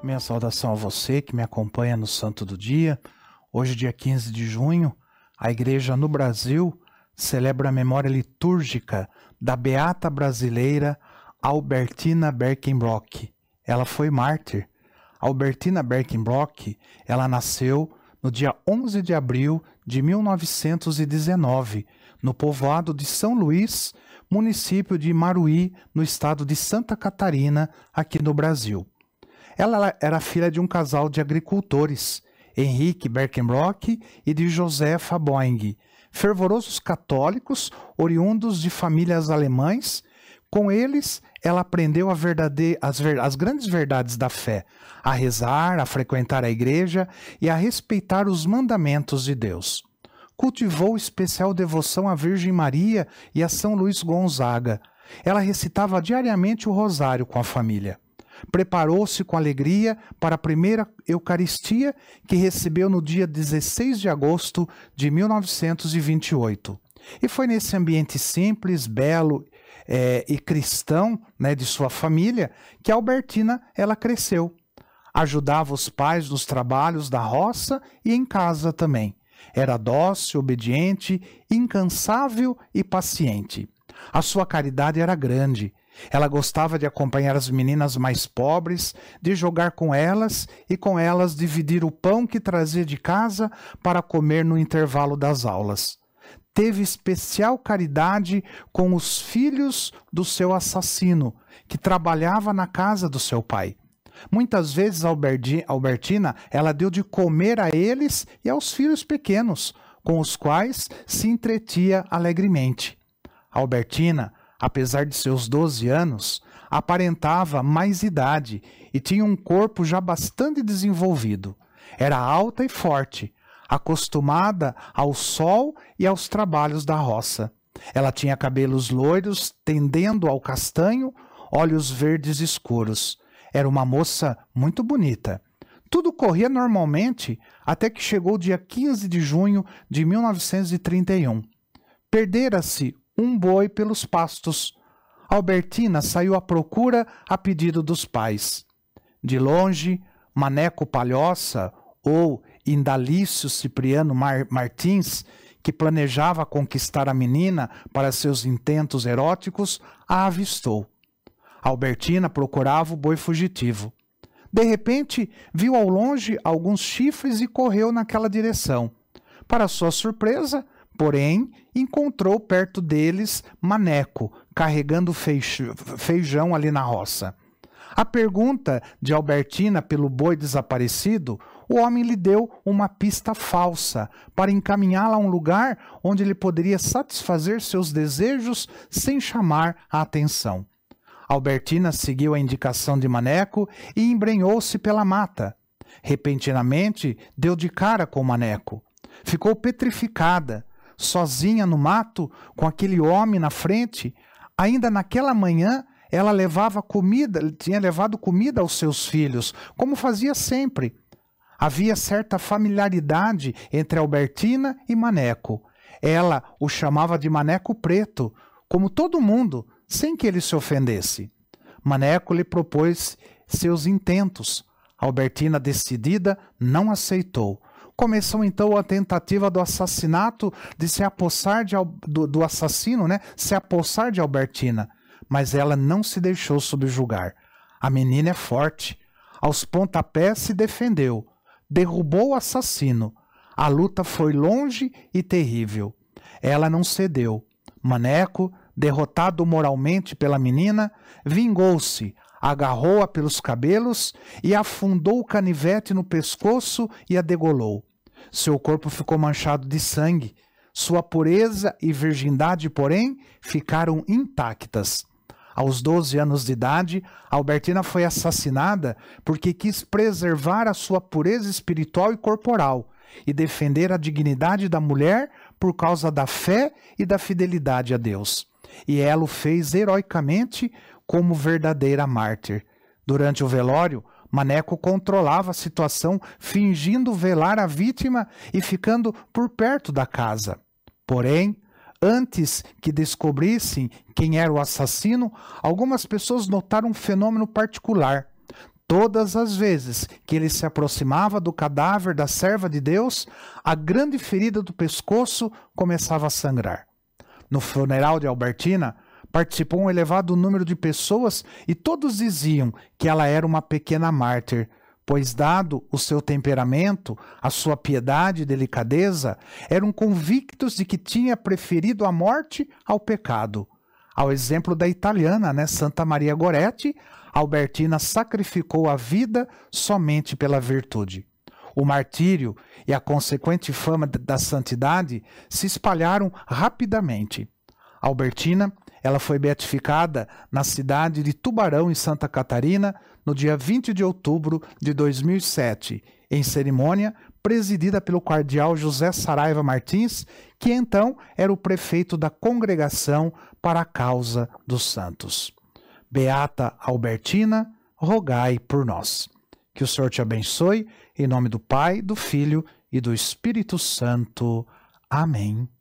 Minha saudação a você que me acompanha no Santo do Dia. Hoje, dia 15 de junho, a Igreja no Brasil celebra a memória litúrgica da beata brasileira Albertina Berkenbrock. Ela foi mártir. Albertina Berkenbrock, ela nasceu no dia 11 de abril de 1919, no povoado de São Luís, município de Maruí, no estado de Santa Catarina, aqui no Brasil. Ela era filha de um casal de agricultores, Henrique Berkenbrock e de Josefa Boing, fervorosos católicos oriundos de famílias alemães. Com eles, ela aprendeu as grandes verdades da fé, a rezar, a frequentar a igreja e a respeitar os mandamentos de Deus. Cultivou especial devoção à Virgem Maria e a São Luís Gonzaga. Ela recitava diariamente o rosário com a família. Preparou-se com alegria para a primeira Eucaristia que recebeu no dia 16 de agosto de 1928. E foi nesse ambiente simples, belo e cristão, de sua família que Albertina ela cresceu. Ajudava os pais nos trabalhos da roça e em casa também. Era dócil, obediente, incansável e paciente. A sua caridade era grande. Ela gostava de acompanhar as meninas mais pobres, de jogar com elas e com elas dividir o pão que trazia de casa para comer no intervalo das aulas. Teve especial caridade com os filhos do seu assassino, que trabalhava na casa do seu pai. Muitas vezes Albertina ela deu de comer a eles e aos filhos pequenos, com os quais se entretia alegremente. Albertina, apesar de seus 12 anos, aparentava mais idade e tinha um corpo já bastante desenvolvido. Era alta e forte, acostumada ao sol e aos trabalhos da roça. Ela tinha cabelos loiros tendendo ao castanho, olhos verdes escuros. Era uma moça muito bonita. Tudo corria normalmente até que chegou o dia 15 de junho de 1931. Perdera-se um boi pelos pastos. Albertina saiu à procura a pedido dos pais. De longe, Maneco Palhoça, ou Indalício Cipriano Martins, que planejava conquistar a menina para seus intentos eróticos, a avistou. Albertina procurava o boi fugitivo. De repente, viu ao longe alguns chifres e correu naquela direção. Para sua surpresa, porém, encontrou perto deles Maneco, carregando feijão ali na roça. À pergunta de Albertina pelo boi desaparecido, o homem lhe deu uma pista falsa para encaminhá-la a um lugar onde ele poderia satisfazer seus desejos sem chamar a atenção. Albertina seguiu a indicação de Maneco e embrenhou-se pela mata. Repentinamente, deu de cara com Maneco. Ficou petrificada, sozinha no mato, com aquele homem na frente. Ainda naquela manhã, ela tinha levado comida aos seus filhos, como fazia sempre. Havia certa familiaridade entre Albertina e Maneco. Ela o chamava de Maneco Preto, como todo mundo, sem que ele se ofendesse. Maneco lhe propôs seus intentos. Albertina, decidida, não aceitou. Começou então a tentativa do assassinato, de se apossar do assassino, se apossar de Albertina. Mas ela não se deixou subjugar. A menina é forte. Aos pontapés se defendeu. Derrubou o assassino. A luta foi longe e terrível. Ela não cedeu. Maneco, derrotado moralmente pela menina, vingou-se, agarrou-a pelos cabelos e afundou o canivete no pescoço e a degolou. Seu corpo ficou manchado de sangue. Sua pureza e virgindade, porém, ficaram intactas. Aos 12 anos de idade, Albertina foi assassinada porque quis preservar a sua pureza espiritual e corporal e defender a dignidade da mulher por causa da fé e da fidelidade a Deus. E ela o fez heroicamente como verdadeira mártir. Durante o velório, Maneco controlava a situação, fingindo velar a vítima e ficando por perto da casa. Porém, antes que descobrissem quem era o assassino, algumas pessoas notaram um fenômeno particular. Todas as vezes que ele se aproximava do cadáver da serva de Deus, a grande ferida do pescoço começava a sangrar. No funeral de Albertina, participou um elevado número de pessoas e todos diziam que ela era uma pequena mártir, pois, dado o seu temperamento, a sua piedade e delicadeza, eram convictos de que tinha preferido a morte ao pecado. Ao exemplo da italiana, Santa Maria Goretti, Albertina sacrificou a vida somente pela virtude. O martírio e a consequente fama da santidade se espalharam rapidamente. Albertina, ela foi beatificada na cidade de Tubarão, em Santa Catarina, no dia 20 de outubro de 2007, em cerimônia presidida pelo cardeal José Saraiva Martins, que então era o prefeito da Congregação para a Causa dos Santos. Beata Albertina, rogai por nós. Que o Senhor te abençoe, em nome do Pai, do Filho e do Espírito Santo. Amém.